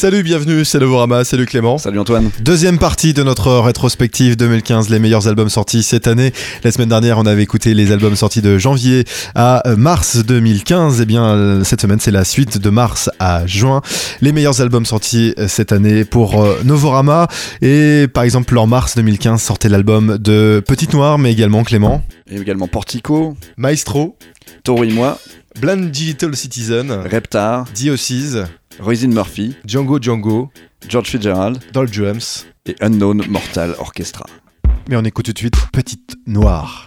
Salut, bienvenue, c'est Novorama, salut Clément. Salut Antoine. Deuxième partie de notre rétrospective 2015, les meilleurs albums sortis cette année. La semaine dernière, on avait écouté les albums sortis de janvier à mars 2015. Et bien, cette semaine, c'est la suite de mars à juin. Les meilleurs albums sortis cette année pour Novorama. Et par exemple, en mars 2015, sortait l'album de Petite Noire, mais également Clément. Et également Portico, Maestro, Toro y Moi, Blind Digital Citizen, Reptar, Diocese, Roisin Murphy, Django, George Fitzgerald Doldrums et Unknown Mortal Orchestra. Mais on écoute tout de suite Petite Noire.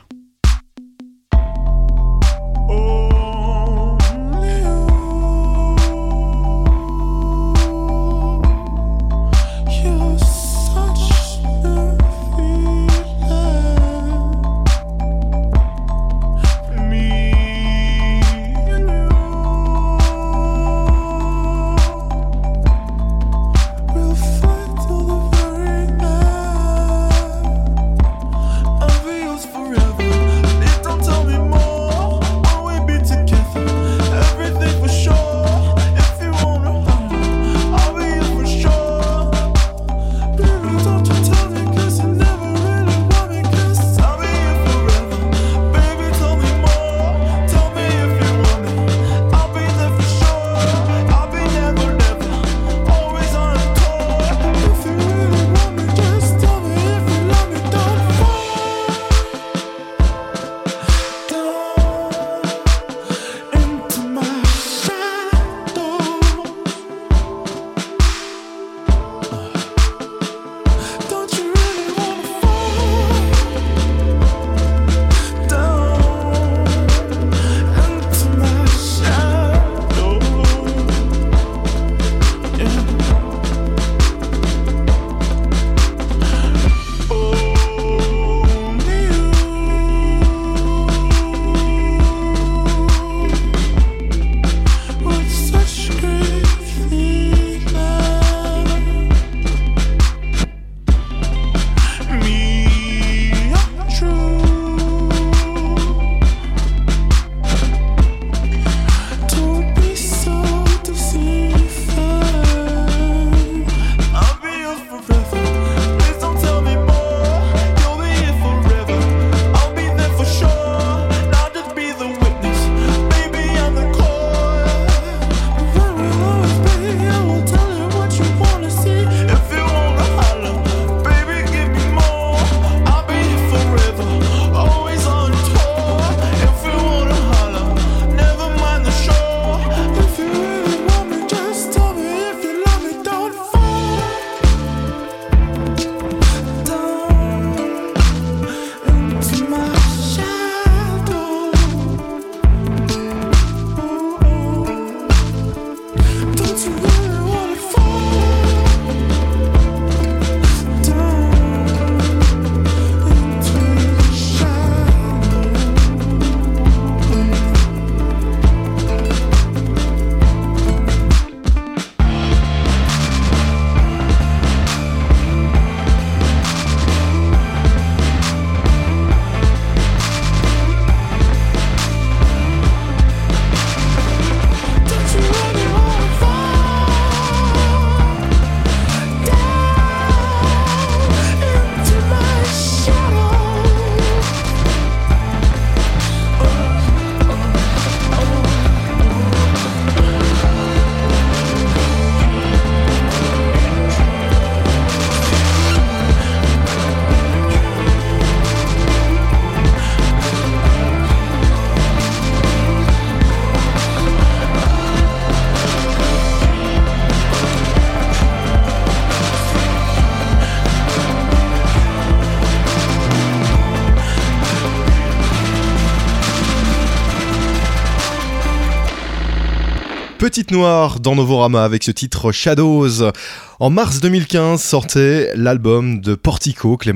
Petite Noire dans Novorama avec ce titre Shadows. En mars 2015 sortait l'album de Portico, Clément.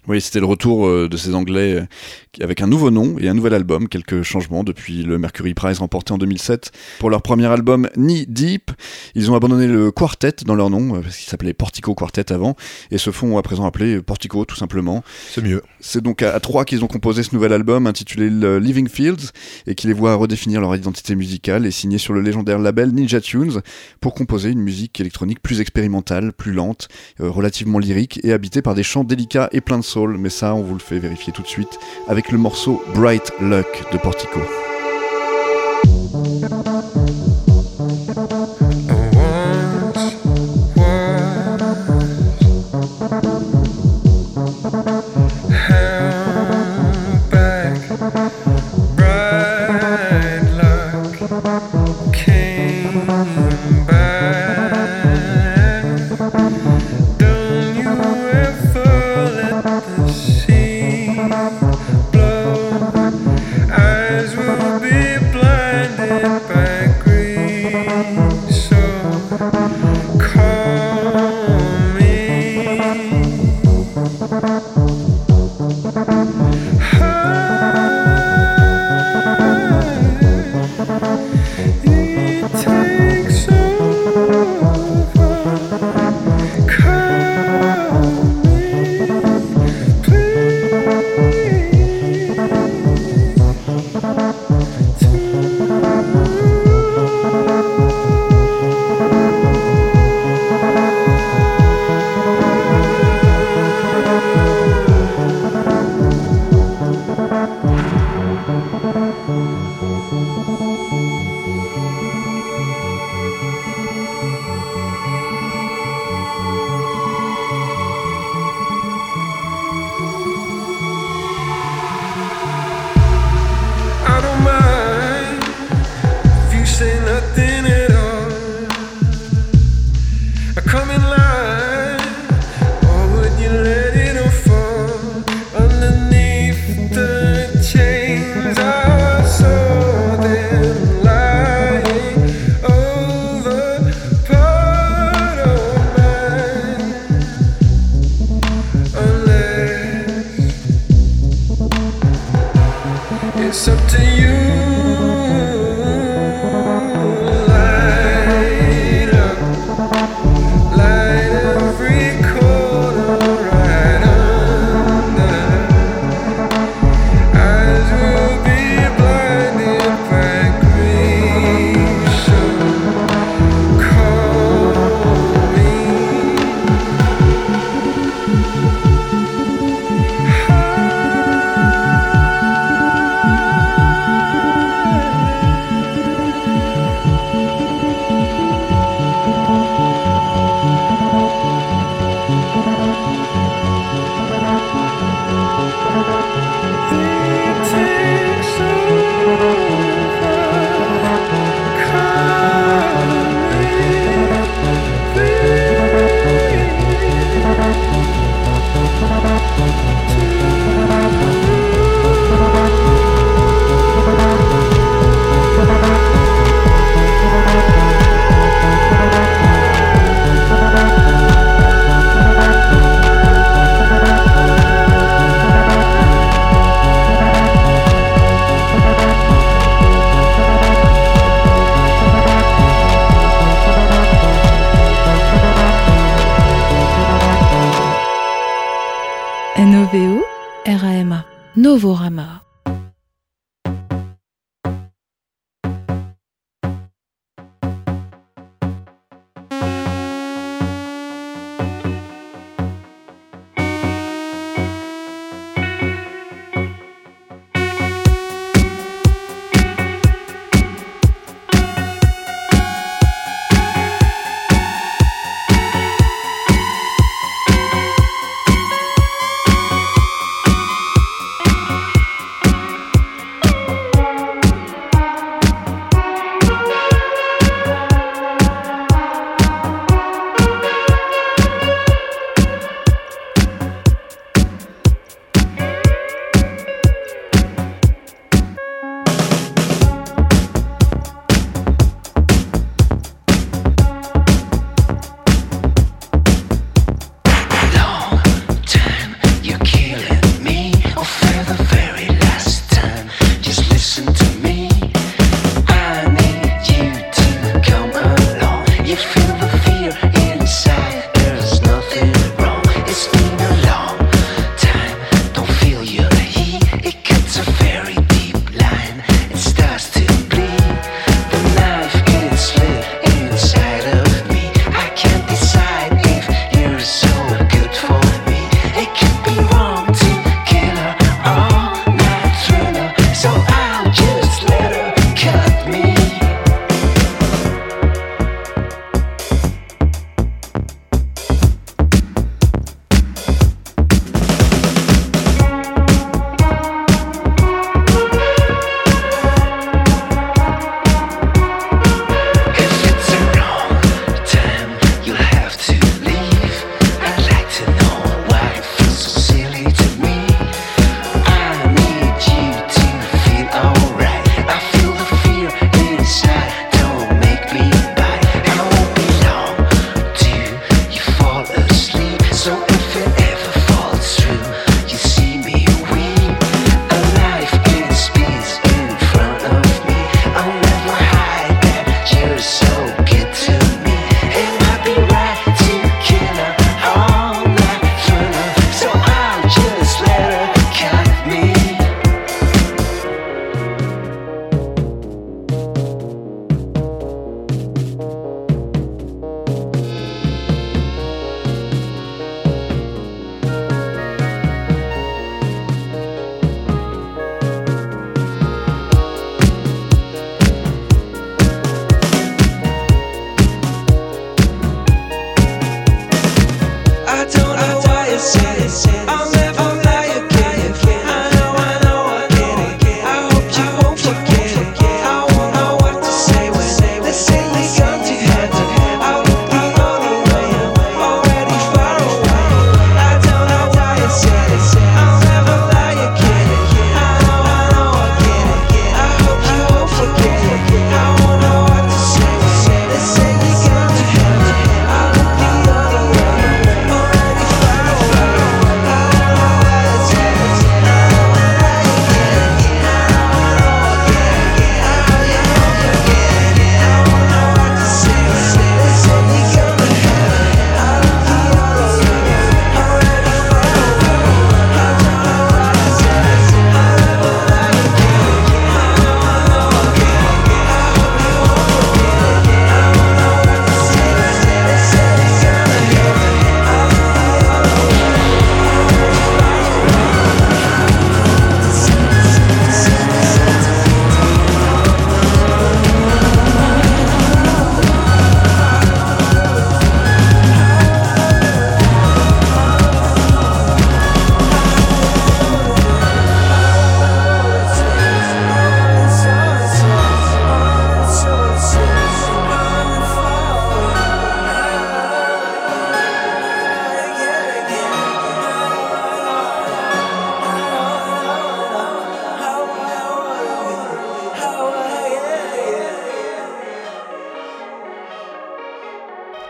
Oui, c'était le retour de ces Anglais avec un nouveau nom et un nouvel album, quelques changements depuis le Mercury Prize remporté en 2007. Pour leur premier album, Knee Deep, ils ont abandonné le quartet dans leur nom, parce qu'il s'appelait Portico Quartet avant, et se font à présent appeler Portico tout simplement. C'est mieux. C'est donc à trois qu'ils ont composé ce nouvel album intitulé Living Fields, et qui les voit redéfinir leur identité musicale et signer sur le légendaire label Ninja Tunes pour composer une musique électronique plus expérimentale, plus lente, relativement lyrique et habitée par des chants délicats et pleins de soul. Mais ça, on vous le fait vérifier tout de suite avec le morceau Bright Luck de Portico. NOVO-RAMA, Novorama.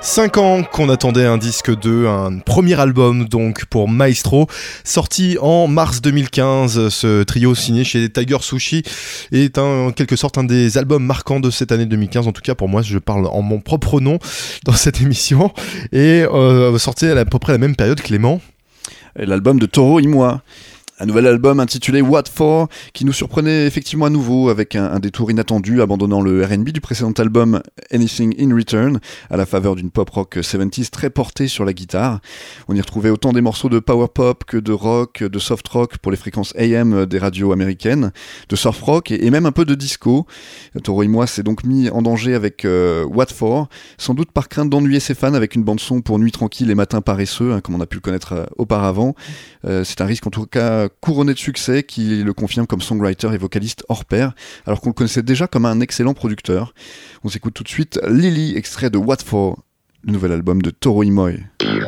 5 ans qu'on attendait un disque 2, un premier album donc pour Maestro, sorti en mars 2015. Ce trio signé chez Tiger Sushi est en quelque sorte un des albums marquants de cette année 2015. En tout cas pour moi, je parle en mon propre nom dans cette émission. Et sorti à peu près à la même période, Clément. L'album de Toro y Moi. Un nouvel album intitulé What For, qui nous surprenait effectivement à nouveau avec un détour inattendu, abandonnant le R&B du précédent album Anything in Return, à la faveur d'une pop rock 70s très portée sur la guitare. On y retrouvait autant des morceaux de power pop que de rock, de soft rock pour les fréquences AM des radios américaines, de surf rock et même un peu de disco. Toro y Moi s'est donc mis en danger avec What For, sans doute par crainte d'ennuyer ses fans avec une bande-son pour nuit tranquille et matin paresseux, comme on a pu le connaître auparavant. C'est un risque en tout cas couronné de succès qui le confirme comme songwriter et vocaliste hors pair, alors qu'on le connaissait déjà comme un excellent producteur. On s'écoute tout de suite Lily, extrait de What For, le nouvel album de Toro y Moi.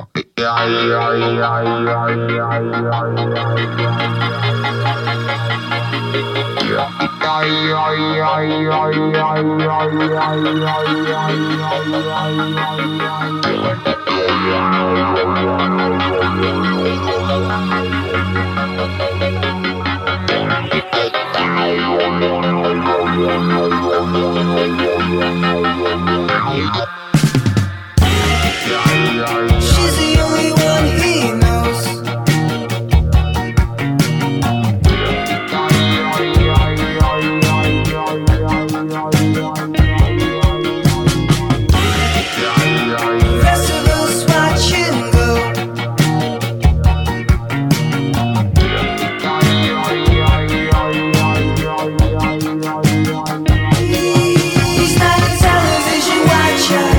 She's the only one he knows. Rest of us watch him go. He's not a television watcher.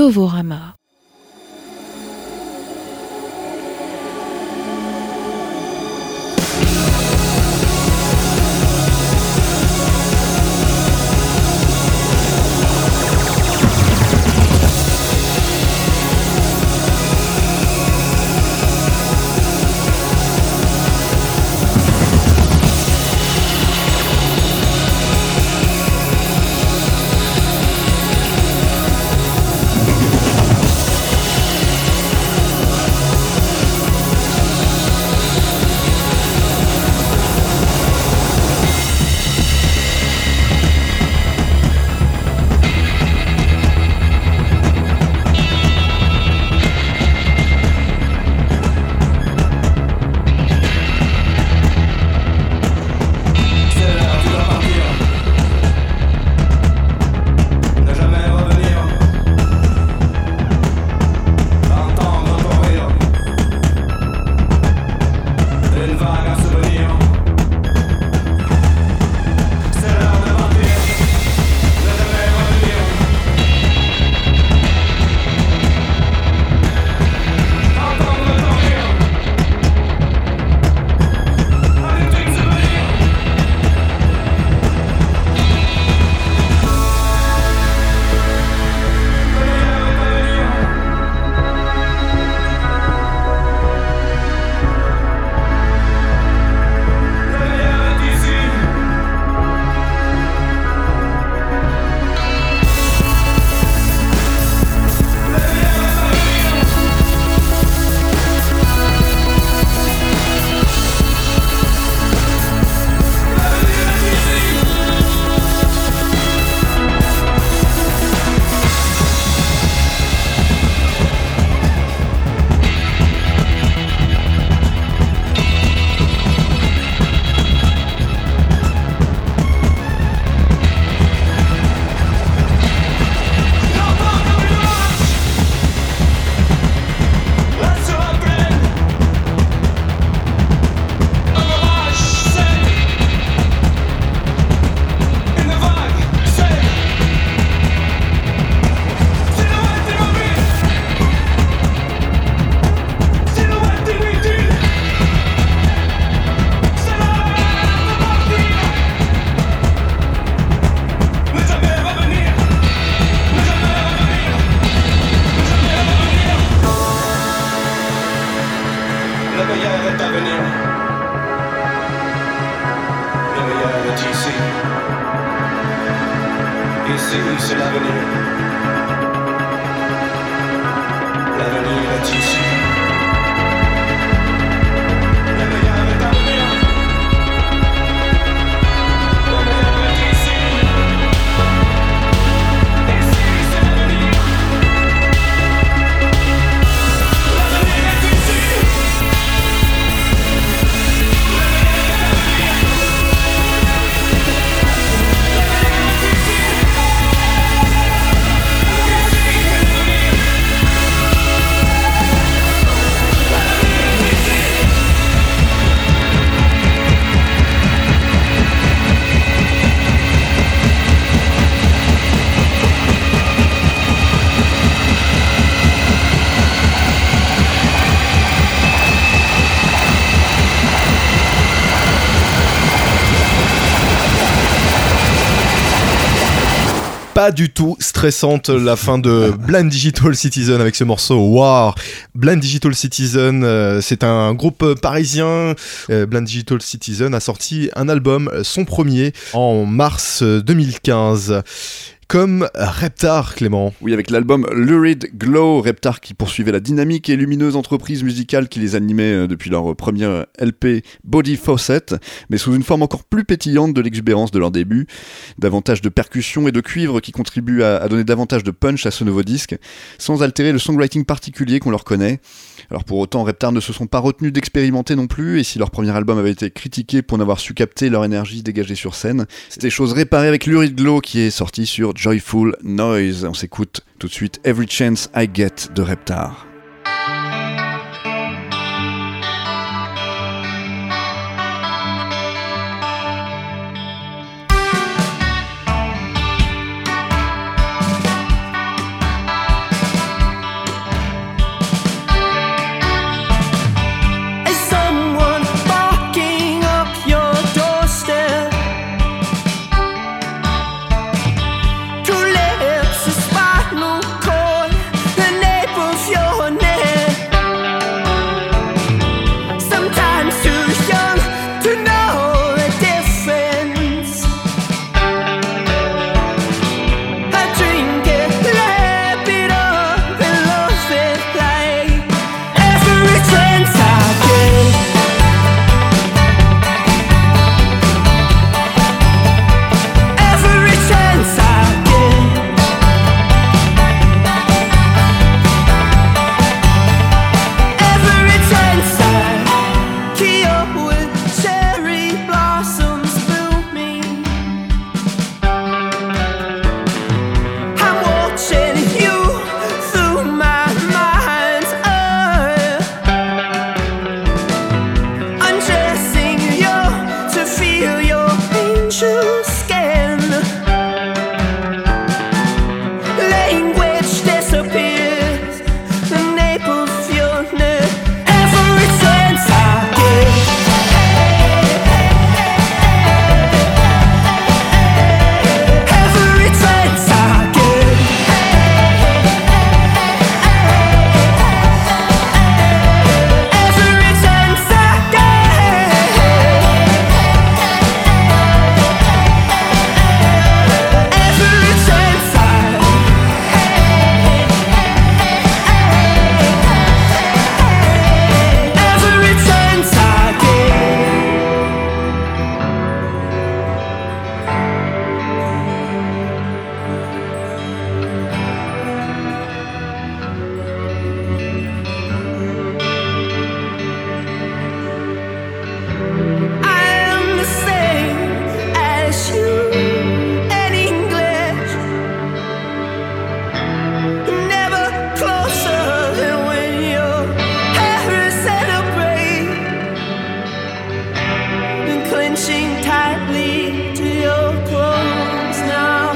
Novorama. c'est l'avenir. L'avenir est ici. Le meilleur est à venir. Le meilleur est ici. Ici, c'est l'avenir. L'avenir est ici. Pas du tout stressante la fin de Blind Digital Citizen avec ce morceau War. Blind Digital Citizen, c'est un groupe parisien. Blind Digital Citizen a sorti un album, son premier, en mars 2015. Comme Reptar, Clément. Oui, avec l'album Lurid Glow, Reptar qui poursuivait la dynamique et lumineuse entreprise musicale qui les animait depuis leur première LP Body Faucet, mais sous une forme encore plus pétillante de l'exubérance de leur début, davantage de percussions et de cuivre qui contribuent à donner davantage de punch à ce nouveau disque, sans altérer le songwriting particulier qu'on leur connaît. Alors pour autant, Reptar ne se sont pas retenus d'expérimenter non plus, et si leur premier album avait été critiqué pour n'avoir su capter leur énergie dégagée sur scène, c'était chose réparée avec Lurid Glow qui est sorti sur Joyful Noise. On s'écoute tout de suite Every Chance I Get de Reptar. tightly to your clothes now.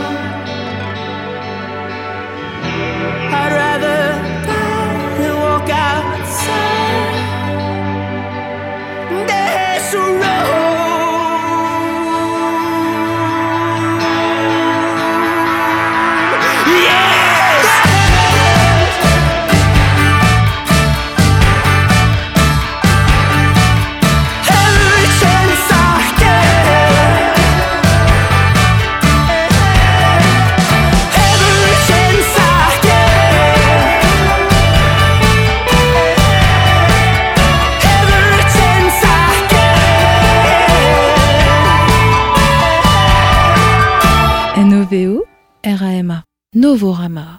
I'd rather die than walk outside. There's a road. NOVO RAMA Novorama.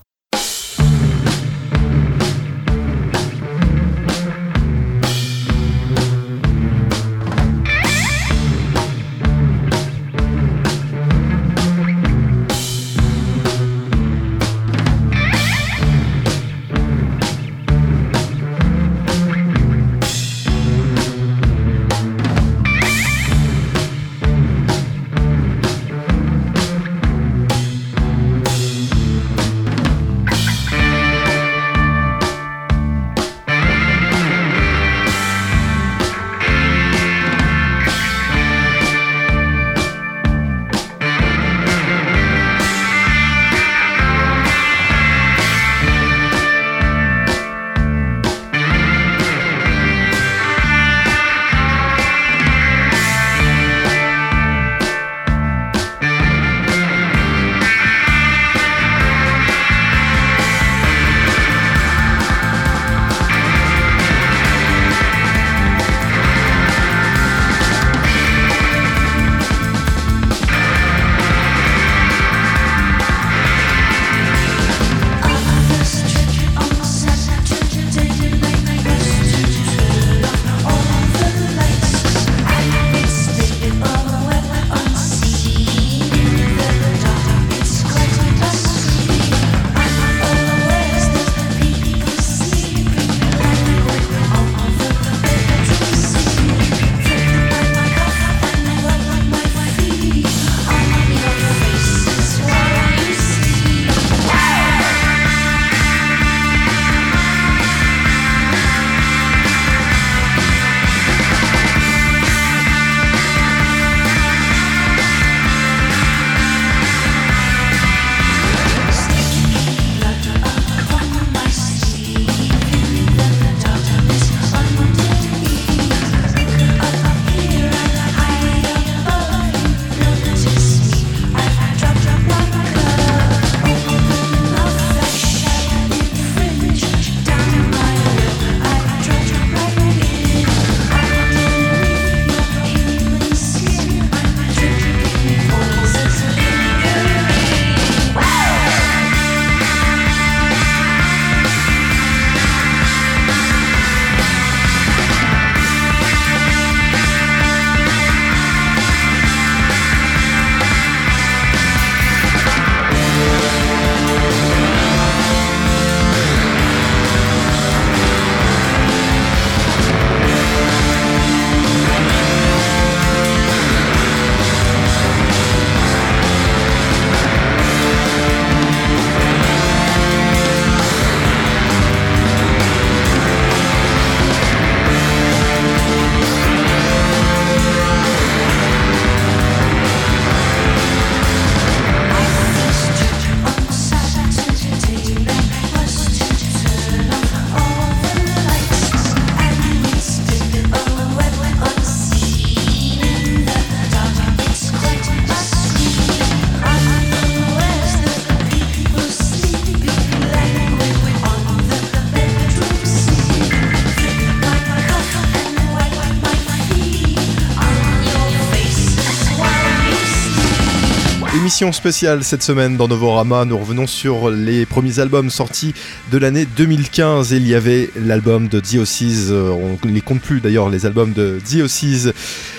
Émission spéciale cette semaine dans Novorama, nous revenons sur les premiers albums sortis de l'année 2015 et il y avait l'album de The Oasis, on ne les compte plus d'ailleurs les albums de The Oasis,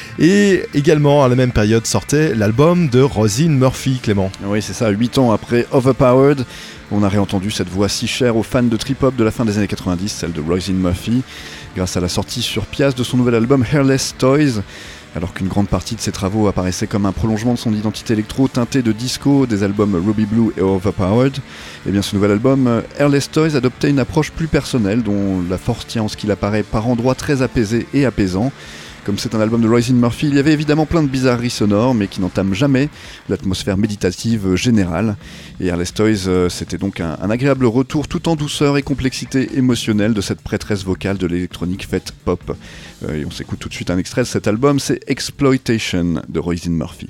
et également à la même période sortait l'album de Roisin Murphy, Clément. Oui c'est ça, 8 ans après Overpowered, on a réentendu cette voix si chère aux fans de trip-hop de la fin des années 90, celle de Roisin Murphy, grâce à la sortie sur Piaz de son nouvel album Hairless Toys. Alors qu'une grande partie de ses travaux apparaissait comme un prolongement de son identité électro teinté de disco des albums Ruby Blue et Overpowered, eh bien ce nouvel album, Airless Toys, adoptait une approche plus personnelle dont la force tient en ce qu'il apparaît par endroits très apaisé et apaisant. Comme c'est un album de Roisin Murphy, il y avait évidemment plein de bizarreries sonores, mais qui n'entament jamais l'atmosphère méditative générale. Et Airless Toys, c'était donc un agréable retour tout en douceur et complexité émotionnelle de cette prêtresse vocale de l'électronique faite pop. Et on s'écoute tout de suite un extrait de cet album, c'est Exploitation de Roisin Murphy.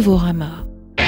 Novorama.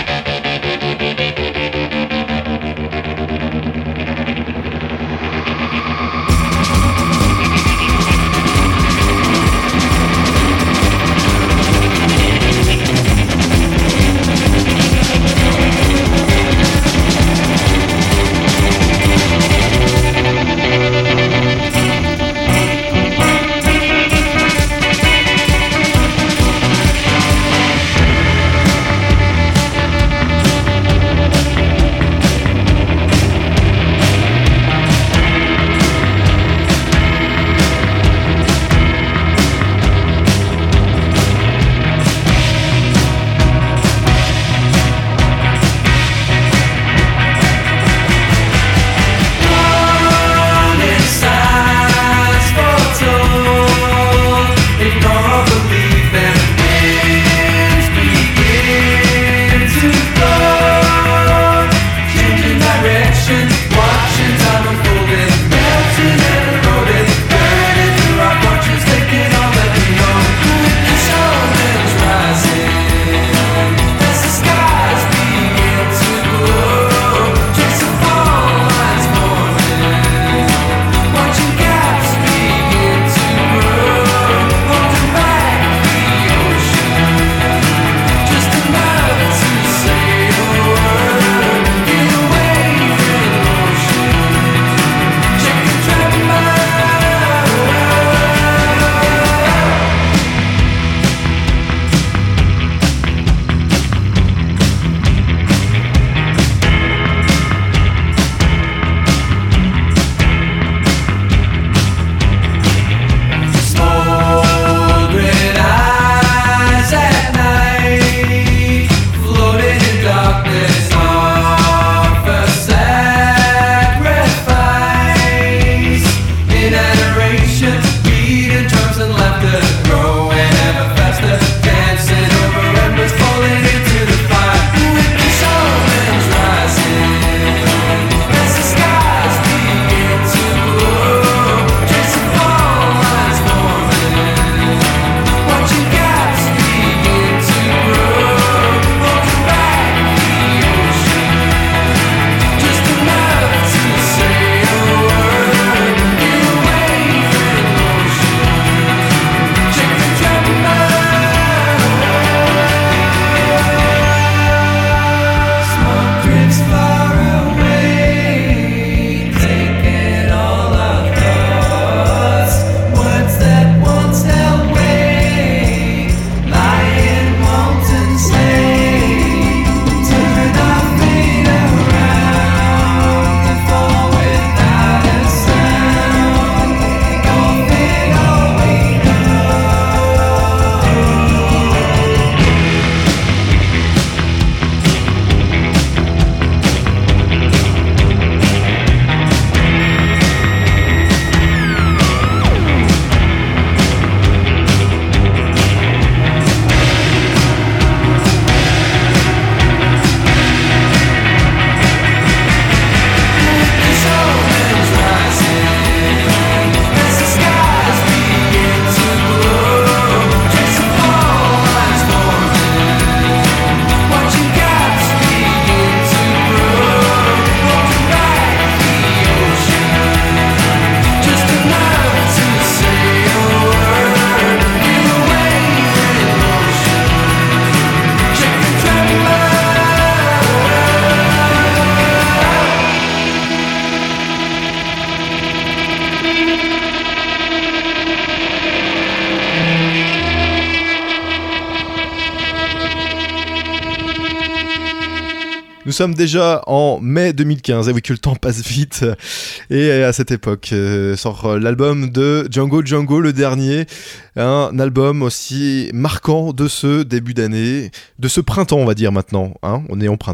Nous sommes déjà en mai 2015, et oui que le temps passe vite, et à cette époque sort l'album de Django Django, le dernier, un album aussi marquant de ce début d'année, de ce printemps on va dire maintenant, hein, on est en printemps.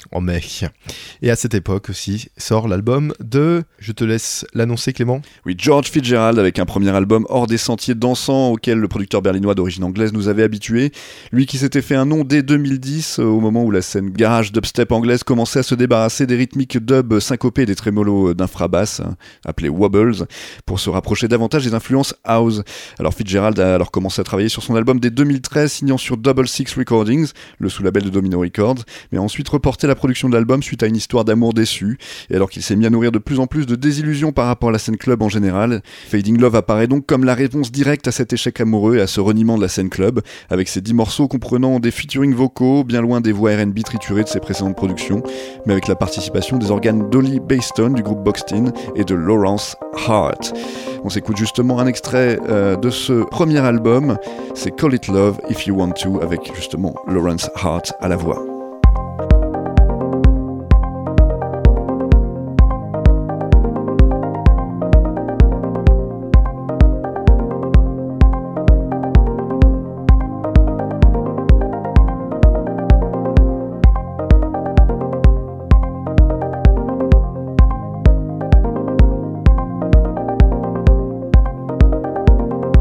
en mai. Et à cette époque aussi sort l'album de... Je te laisse l'annoncer, Clément. Oui, George Fitzgerald avec un premier album hors des sentiers dansants auquel le producteur berlinois d'origine anglaise nous avait habitués. Lui qui s'était fait un nom dès 2010 au moment où la scène garage dubstep anglaise commençait à se débarrasser des rythmiques dub syncopés et des trémolos d'infrabass appelés wobbles pour se rapprocher davantage des influences house. Alors Fitzgerald a alors commencé à travailler sur son album dès 2013, signant sur Double Six Recordings, le sous-label de Domino Records, mais a ensuite reporté la production de l'album suite à une histoire d'amour déçu. Et alors qu'il s'est mis à nourrir de plus en plus de désillusions par rapport à la scène club en général, Fading Love apparaît donc comme la réponse directe à cet échec amoureux et à ce reniement de la scène club, avec ses 10 morceaux comprenant des featuring vocaux, bien loin des voix R&B triturées de ses précédentes productions, mais avec la participation des organes d'Ollie Bayston du groupe Boxtin et de Lawrence Hart. On s'écoute justement un extrait de ce premier album, c'est Call It Love If You Want To, avec justement Lawrence Hart à la voix.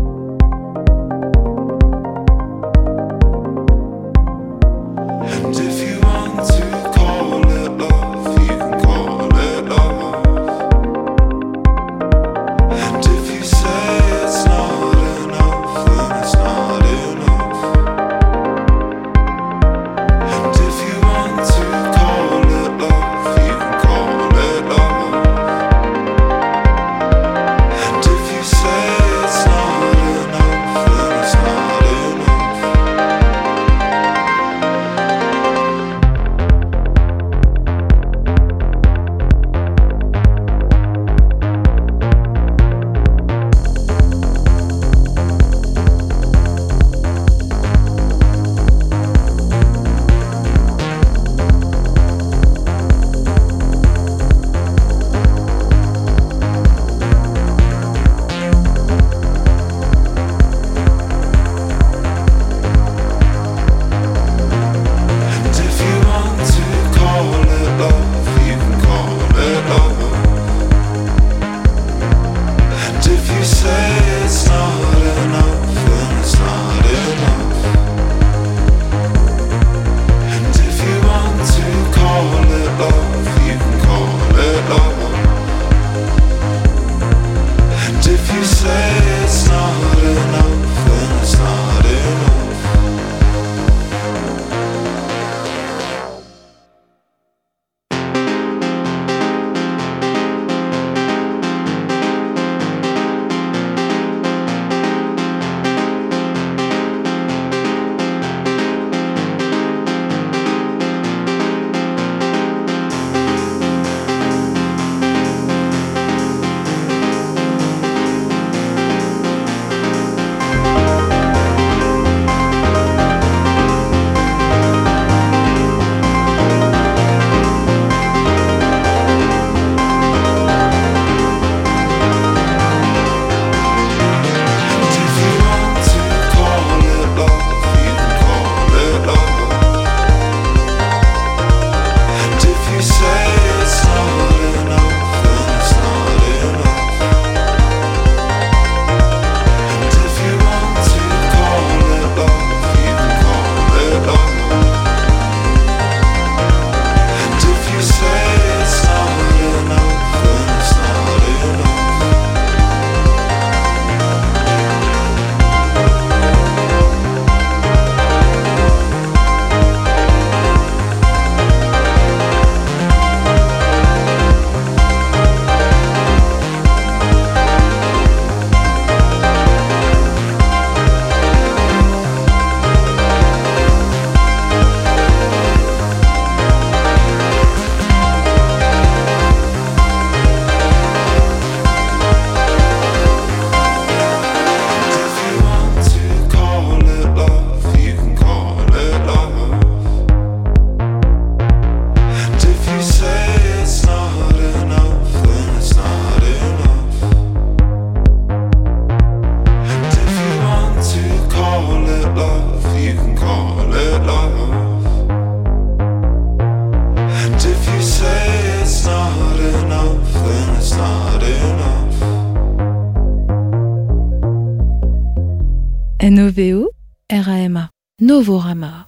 And if Novorama.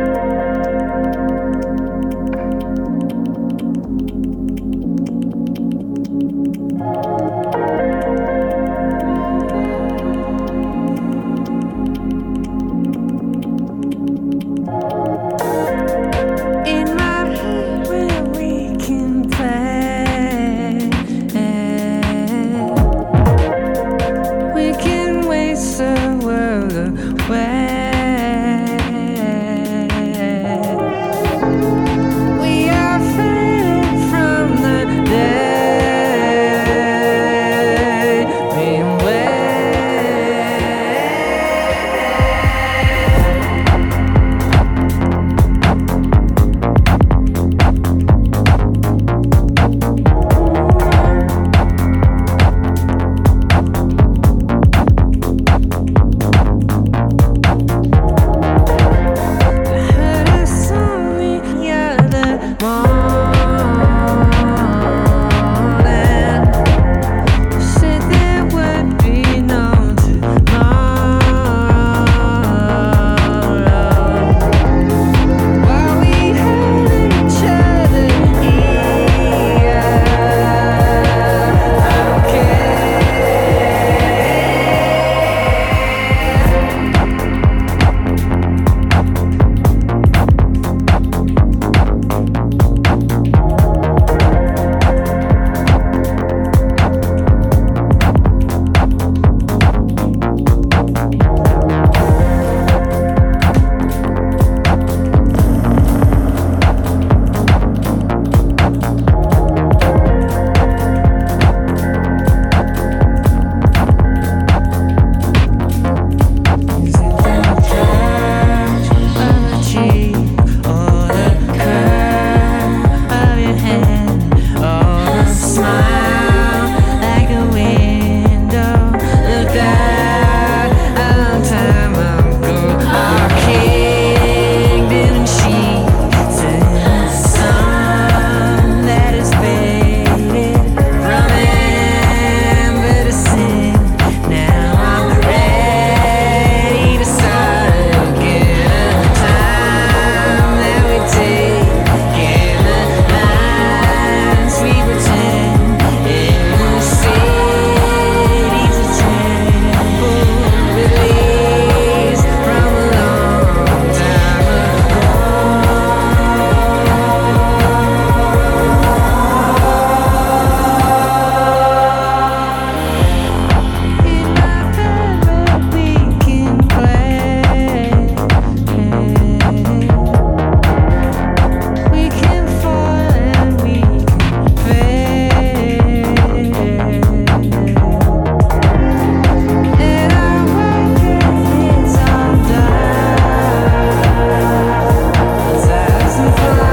In my head where we can play, we can waste the world away. We are faded from the day we wait. Heard a song the other morning. Said there would be no tomorrow. While we held each other here, okay. Is it the touch of a cheek or the curve of your hand or the smile like a window looked out a long time ago? Our king didn't sheets in the sun that is faded from amber to sin. Now I'm ready to start again. The time that we take and the lies we pretend in the city's a temple released from a long time ago. In my bed where we can play, we can fall and we can fade. And our work is all done. As and fly.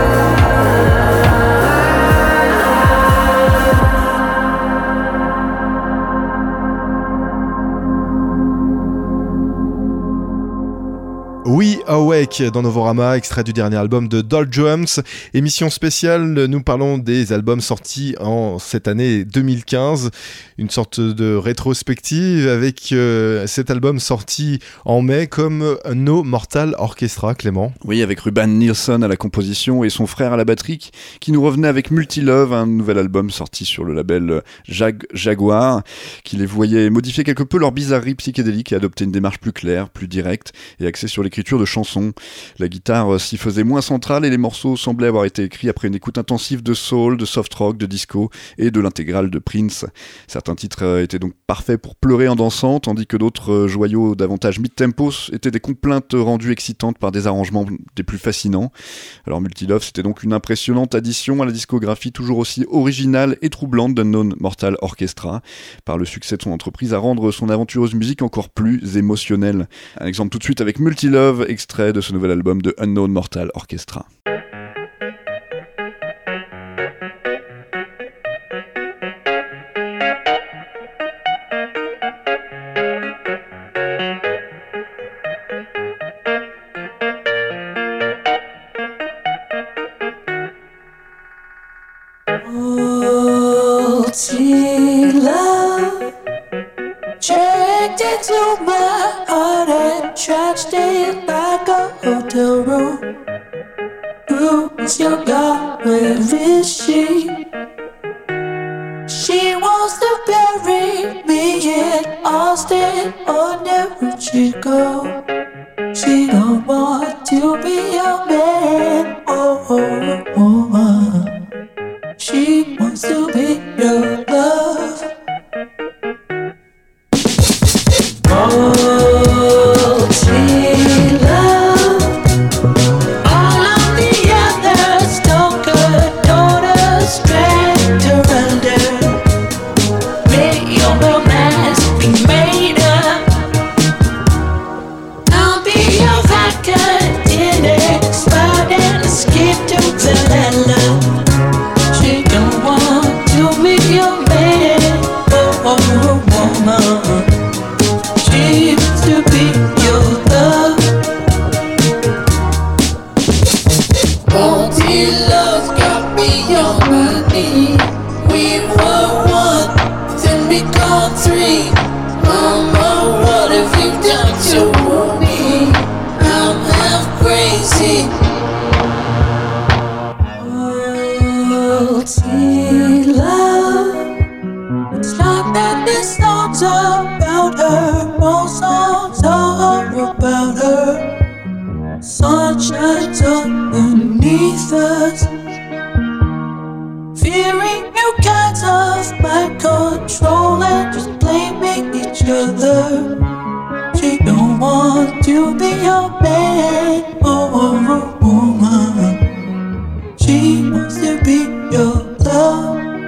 We Awake dans Novorama, extrait du dernier album de Doll Drums. Émission spéciale, nous parlons des albums sortis en cette année 2015. Une sorte de rétrospective avec cet album sorti en mai comme No Mortal Orchestra, Clément. Oui, avec Ruben Nielsen à la composition et son frère à la batterie, qui nous revenait avec Multilove, un nouvel album sorti sur le label Jaguar, qui les voyait modifier quelque peu leur bizarrerie psychédélique et adopter une démarche plus claire, plus directe et axée sur l'écriture de chansons. La guitare s'y faisait moins centrale et les morceaux semblaient avoir été écrits après une écoute intensive de soul, de soft rock, de disco et de l'intégrale de Prince. Certains titres étaient donc parfaits pour pleurer en dansant, tandis que d'autres joyaux davantage mid-tempo étaient des complaintes rendues excitantes par des arrangements des plus fascinants. Alors Multilove, c'était donc une impressionnante addition à la discographie toujours aussi originale et troublante d'Unknown Mortal Orchestra, par le succès de son entreprise à rendre son aventureuse musique encore plus émotionnelle. Un exemple tout de suite avec Multilove, extrait de ce nouvel album de Unknown Mortal Orchestra. Multi-love checked into my heart and charged it like a a hotel room. Who is your God? Where is she? She wants to bury me in Austin or New Chicago. She don't want to be a man or a woman. She wants to be your love. Oh, she love. All of the others don't condone us, dragged around her. Make your romance be made up. I'll be your vodka, dinner, spot and skip to Valhalla. She don't want to be your man or a woman. She wants to be your love. Multi love's got me on my knee. We were one, then become three. Mama, what have you done to me? I'm half crazy. Multi love. It's not that this song's about her. Most songs are about her. Sun shines underneath us. Fearing new kinds of mind control and just blaming each other. She don't want to be a man or a woman. She wants to be your love.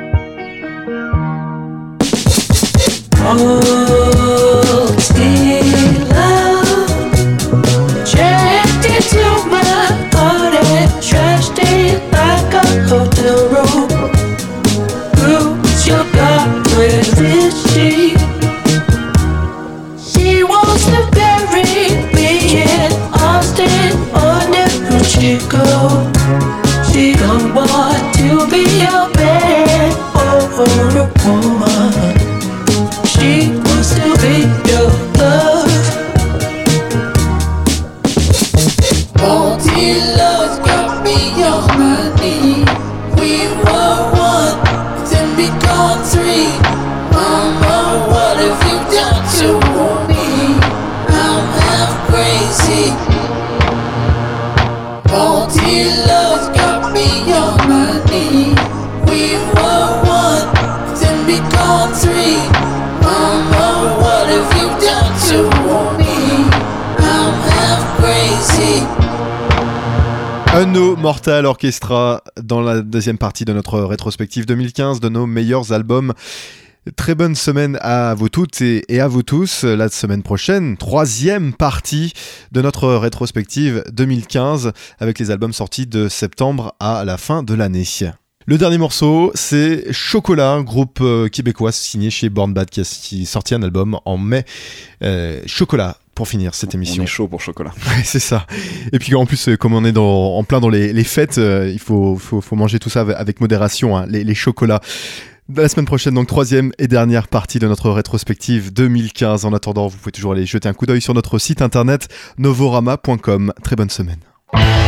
Multi love. Checked into my heart and trashed it like a hotel room. Who's your God? Where is she? She wants to bury me in Austin or New Chicago. She don't want to be a man or a woman. She wants to be your love. Multi love's got me on my knee. We were one, then become three. Mama, what have you done to me? I'm half crazy. Multi love's got me on my knee. We were one, then become three. Mama, what have you done to me? I'm half crazy. Unknown Mortal Orchestra dans la deuxième partie de notre rétrospective 2015 de nos meilleurs albums. Très bonne semaine à vous toutes et à vous tous. La semaine prochaine, troisième partie de notre rétrospective 2015 avec les albums sortis de septembre à la fin de l'année. Le dernier morceau, c'est Chocolat, groupe québécois signé chez Born Bad qui a sorti un album en mai. Chocolat, pour finir cette émission. On est chaud pour Chocolat. Ouais, c'est ça. Et puis en plus, comme on est en plein dans les fêtes, il faut manger tout ça avec modération, hein, les chocolats. La semaine prochaine, donc troisième et dernière partie de notre rétrospective 2015. En attendant, vous pouvez toujours aller jeter un coup d'œil sur notre site internet novorama.com. Très bonne semaine.